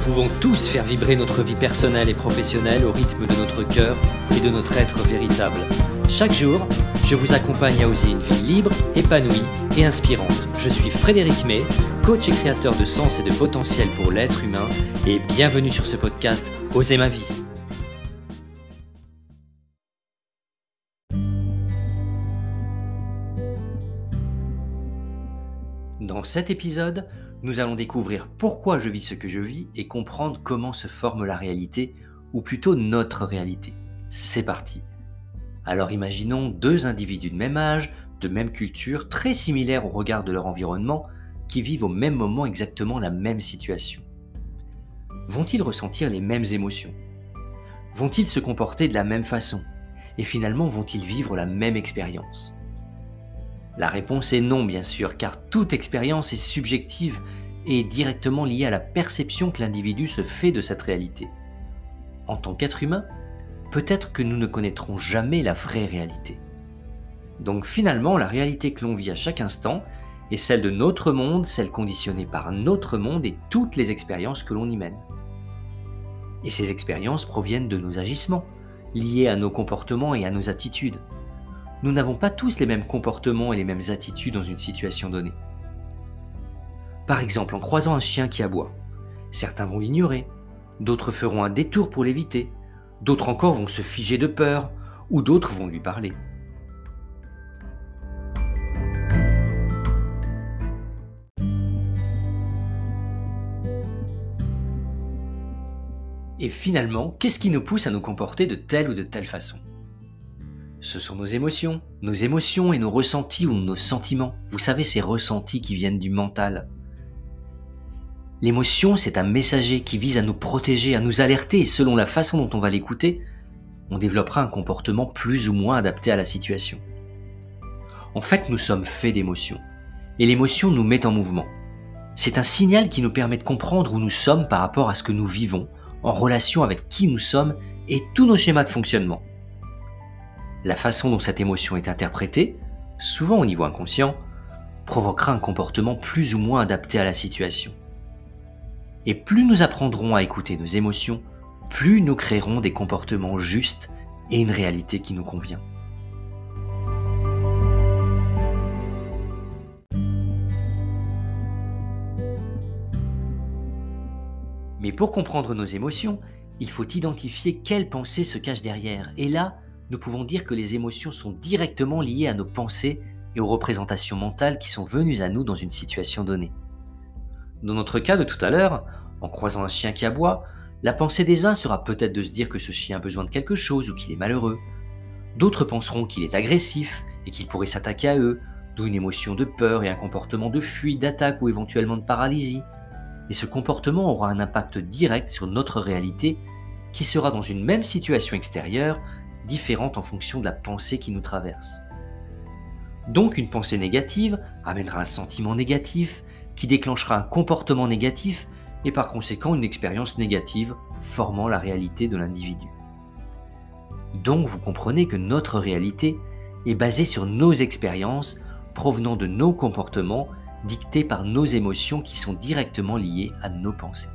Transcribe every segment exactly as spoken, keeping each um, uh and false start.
pouvons tous faire vibrer notre vie personnelle et professionnelle au rythme de notre cœur et de notre être véritable. Chaque jour, je vous accompagne à oser une vie libre, épanouie et inspirante. Je suis Frédéric May, coach et créateur de sens et de potentiel pour l'être humain, et bienvenue sur ce podcast Oser ma vie. Dans cet épisode, nous allons découvrir pourquoi je vis ce que je vis et comprendre comment se forme la réalité, ou plutôt notre réalité. C'est parti. Alors imaginons deux individus de même âge, de même culture, très similaires au regard de leur environnement, qui vivent au même moment exactement la même situation. Vont-ils ressentir les mêmes émotions? Vont-ils se comporter de la même façon? Et finalement, vont-ils vivre la même expérience? La réponse est non, bien sûr, car toute expérience est subjective et directement liée à la perception que l'individu se fait de cette réalité. En tant qu'être humain, peut-être que nous ne connaîtrons jamais la vraie réalité. Donc finalement, la réalité que l'on vit à chaque instant est celle de notre monde, celle conditionnée par notre monde et toutes les expériences que l'on y mène. Et ces expériences proviennent de nos agissements, liés à nos comportements et à nos attitudes. Nous n'avons pas tous les mêmes comportements et les mêmes attitudes dans une situation donnée. Par exemple, en croisant un chien qui aboie, certains vont l'ignorer, d'autres feront un détour pour l'éviter, d'autres encore vont se figer de peur, ou d'autres vont lui parler. Et finalement, qu'est-ce qui nous pousse à nous comporter de telle ou de telle façon ? Ce sont nos émotions, nos émotions et nos ressentis ou nos sentiments. Vous savez, ces ressentis qui viennent du mental. L'émotion, c'est un messager qui vise à nous protéger, à nous alerter, et selon la façon dont on va l'écouter, on développera un comportement plus ou moins adapté à la situation. En fait, nous sommes faits d'émotions, et l'émotion nous met en mouvement. C'est un signal qui nous permet de comprendre où nous sommes par rapport à ce que nous vivons, en relation avec qui nous sommes et tous nos schémas de fonctionnement. La façon dont cette émotion est interprétée, souvent au niveau inconscient, provoquera un comportement plus ou moins adapté à la situation. Et plus nous apprendrons à écouter nos émotions, plus nous créerons des comportements justes et une réalité qui nous convient. Mais pour comprendre nos émotions, il faut identifier quelles pensées se cachent derrière. Et là, nous pouvons dire que les émotions sont directement liées à nos pensées et aux représentations mentales qui sont venues à nous dans une situation donnée. Dans notre cas de tout à l'heure, en croisant un chien qui aboie, la pensée des uns sera peut-être de se dire que ce chien a besoin de quelque chose ou qu'il est malheureux. D'autres penseront qu'il est agressif et qu'il pourrait s'attaquer à eux, d'où une émotion de peur et un comportement de fuite, d'attaque ou éventuellement de paralysie. Et ce comportement aura un impact direct sur notre réalité qui sera dans une même situation extérieure, différente en fonction de la pensée qui nous traverse. Donc une pensée négative amènera un sentiment négatif qui déclenchera un comportement négatif et par conséquent une expérience négative formant la réalité de l'individu. Donc vous comprenez que notre réalité est basée sur nos expériences provenant de nos comportements dictés par nos émotions qui sont directement liées à nos pensées.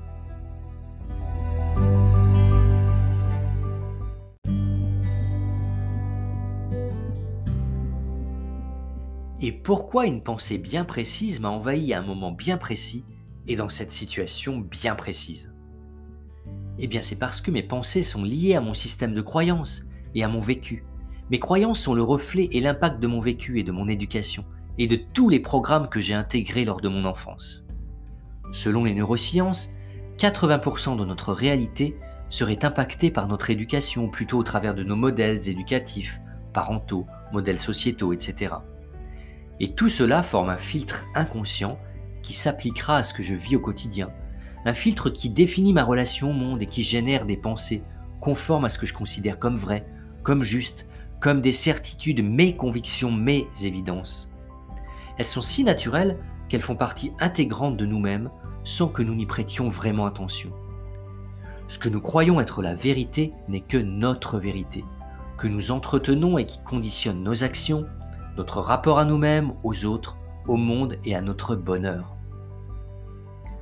Et pourquoi une pensée bien précise m'a envahi à un moment bien précis et dans cette situation bien précise? Eh bien c'est parce que mes pensées sont liées à mon système de croyances et à mon vécu. Mes croyances sont le reflet et l'impact de mon vécu et de mon éducation et de tous les programmes que j'ai intégrés lors de mon enfance. Selon les neurosciences, quatre-vingts pour cent de notre réalité serait impactée par notre éducation, ou plutôt au travers de nos modèles éducatifs, parentaux, modèles sociétaux, et cetera. Et tout cela forme un filtre inconscient qui s'appliquera à ce que je vis au quotidien. Un filtre qui définit ma relation au monde et qui génère des pensées conformes à ce que je considère comme vrai, comme juste, comme des certitudes, mes convictions, mes évidences. Elles sont si naturelles qu'elles font partie intégrante de nous-mêmes sans que nous n'y prêtions vraiment attention. Ce que nous croyons être la vérité n'est que notre vérité, que nous entretenons et qui conditionne nos actions, notre rapport à nous-mêmes, aux autres, au monde et à notre bonheur.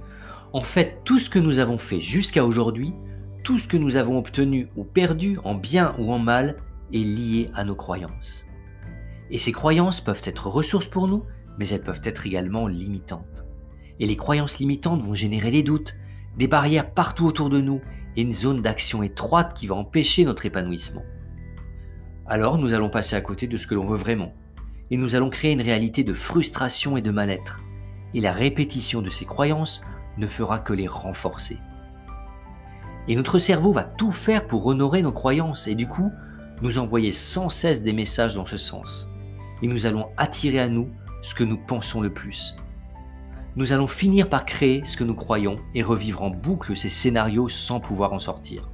En fait, tout ce que nous avons fait jusqu'à aujourd'hui, tout ce que nous avons obtenu ou perdu en bien ou en mal, est lié à nos croyances. Et ces croyances peuvent être ressources pour nous, mais elles peuvent être également limitantes. Et les croyances limitantes vont générer des doutes, des barrières partout autour de nous et une zone d'action étroite qui va empêcher notre épanouissement. Alors nous allons passer à côté de ce que l'on veut vraiment. Et nous allons créer une réalité de frustration et de mal-être. Et la répétition de ces croyances ne fera que les renforcer. Et notre cerveau va tout faire pour honorer nos croyances et du coup, nous envoyer sans cesse des messages dans ce sens. Et nous allons attirer à nous ce que nous pensons le plus. Nous allons finir par créer ce que nous croyons et revivre en boucle ces scénarios sans pouvoir en sortir.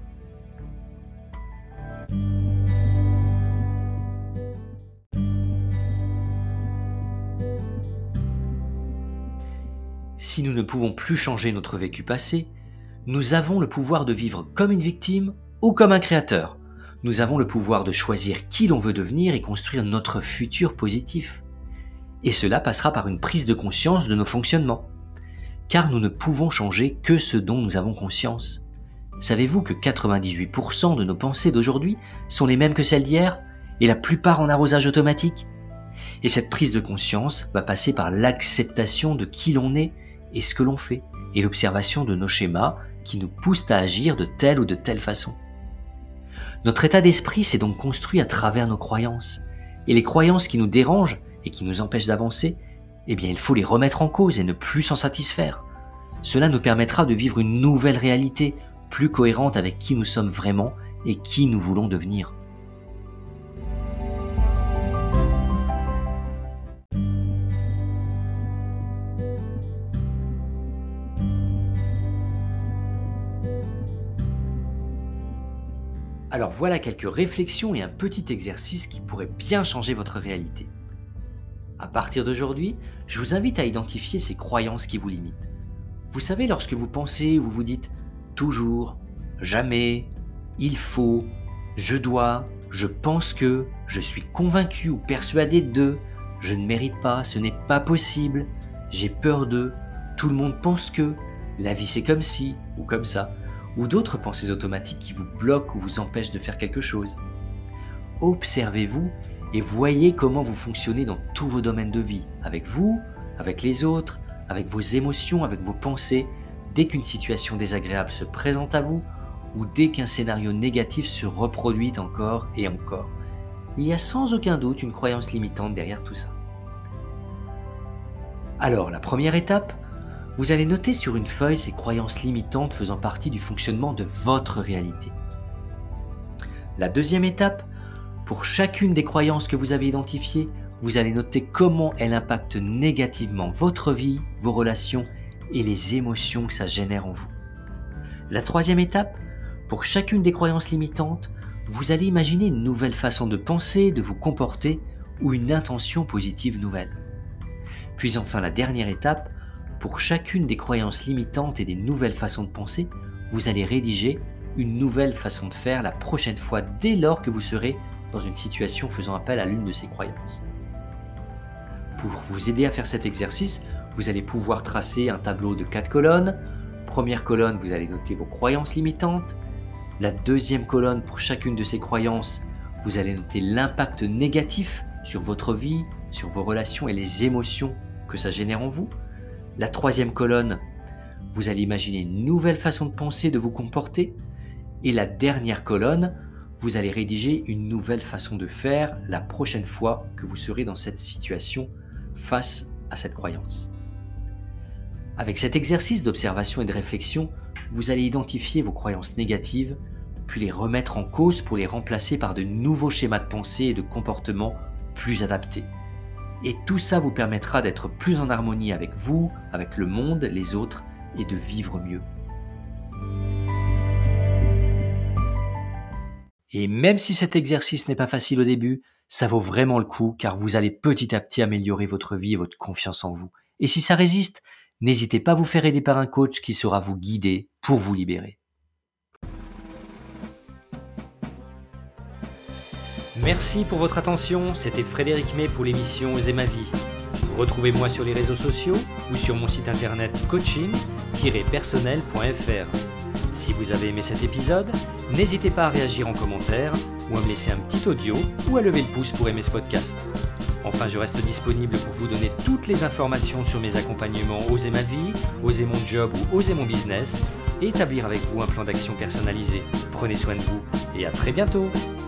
Si nous ne pouvons plus changer notre vécu passé, nous avons le pouvoir de vivre comme une victime ou comme un créateur. Nous avons le pouvoir de choisir qui l'on veut devenir et construire notre futur positif. Et cela passera par une prise de conscience de nos fonctionnements. Car nous ne pouvons changer que ce dont nous avons conscience. Savez-vous que quatre-vingt-dix-huit pour cent de nos pensées d'aujourd'hui sont les mêmes que celles d'hier, et la plupart en arrosage automatique? Et cette prise de conscience va passer par l'acceptation de qui l'on est et ce que l'on fait, et l'observation de nos schémas qui nous poussent à agir de telle ou de telle façon. Notre état d'esprit s'est donc construit à travers nos croyances. Et les croyances qui nous dérangent et qui nous empêchent d'avancer, eh bien il faut les remettre en cause et ne plus s'en satisfaire. Cela nous permettra de vivre une nouvelle réalité, plus cohérente avec qui nous sommes vraiment et qui nous voulons devenir. Alors voilà quelques réflexions et un petit exercice qui pourrait bien changer votre réalité. À partir d'aujourd'hui, je vous invite à identifier ces croyances qui vous limitent. Vous savez, lorsque vous pensez ou vous vous dites « toujours »,« jamais »,« il faut »,« je dois »,« je pense que »,« je suis convaincu ou persuadé de »,« je ne mérite pas »,« ce n'est pas possible »,« j'ai peur de »,« tout le monde pense que »,« la vie c'est comme ci » ou comme ça, ou d'autres pensées automatiques qui vous bloquent ou vous empêchent de faire quelque chose. Observez-vous et voyez comment vous fonctionnez dans tous vos domaines de vie, avec vous, avec les autres, avec vos émotions, avec vos pensées, dès qu'une situation désagréable se présente à vous ou dès qu'un scénario négatif se reproduit encore et encore. Il y a sans aucun doute une croyance limitante derrière tout ça. Alors, la première étape, vous allez noter sur une feuille ces croyances limitantes faisant partie du fonctionnement de votre réalité. La deuxième étape, pour chacune des croyances que vous avez identifiées, vous allez noter comment elles impactent négativement votre vie, vos relations et les émotions que ça génère en vous. La troisième étape, pour chacune des croyances limitantes, vous allez imaginer une nouvelle façon de penser, de vous comporter ou une intention positive nouvelle. Puis enfin la dernière étape, pour chacune des croyances limitantes et des nouvelles façons de penser, vous allez rédiger une nouvelle façon de faire la prochaine fois dès lors que vous serez dans une situation faisant appel à l'une de ces croyances. Pour vous aider à faire cet exercice, vous allez pouvoir tracer un tableau de quatre colonnes. Première colonne, vous allez noter vos croyances limitantes. La deuxième colonne, pour chacune de ces croyances, vous allez noter l'impact négatif sur votre vie, sur vos relations et les émotions que ça génère en vous. La troisième colonne, vous allez imaginer une nouvelle façon de penser, de vous comporter. Et la dernière colonne, vous allez rédiger une nouvelle façon de faire la prochaine fois que vous serez dans cette situation face à cette croyance. Avec cet exercice d'observation et de réflexion, vous allez identifier vos croyances négatives, puis les remettre en cause pour les remplacer par de nouveaux schémas de pensée et de comportement plus adaptés. Et tout ça vous permettra d'être plus en harmonie avec vous, avec le monde, les autres, et de vivre mieux. Et même si cet exercice n'est pas facile au début, ça vaut vraiment le coup car vous allez petit à petit améliorer votre vie et votre confiance en vous. Et si ça résiste, n'hésitez pas à vous faire aider par un coach qui saura vous guider pour vous libérer. Merci pour votre attention, c'était Frédéric May pour l'émission Osez ma vie. Retrouvez-moi sur les réseaux sociaux ou sur mon site internet coaching tiret personnel point f r. Si vous avez aimé cet épisode, n'hésitez pas à réagir en commentaire ou à me laisser un petit audio ou à lever le pouce pour aimer ce podcast. Enfin, je reste disponible pour vous donner toutes les informations sur mes accompagnements Oser ma vie, Oser mon job ou Oser mon business et établir avec vous un plan d'action personnalisé. Prenez soin de vous et à très bientôt.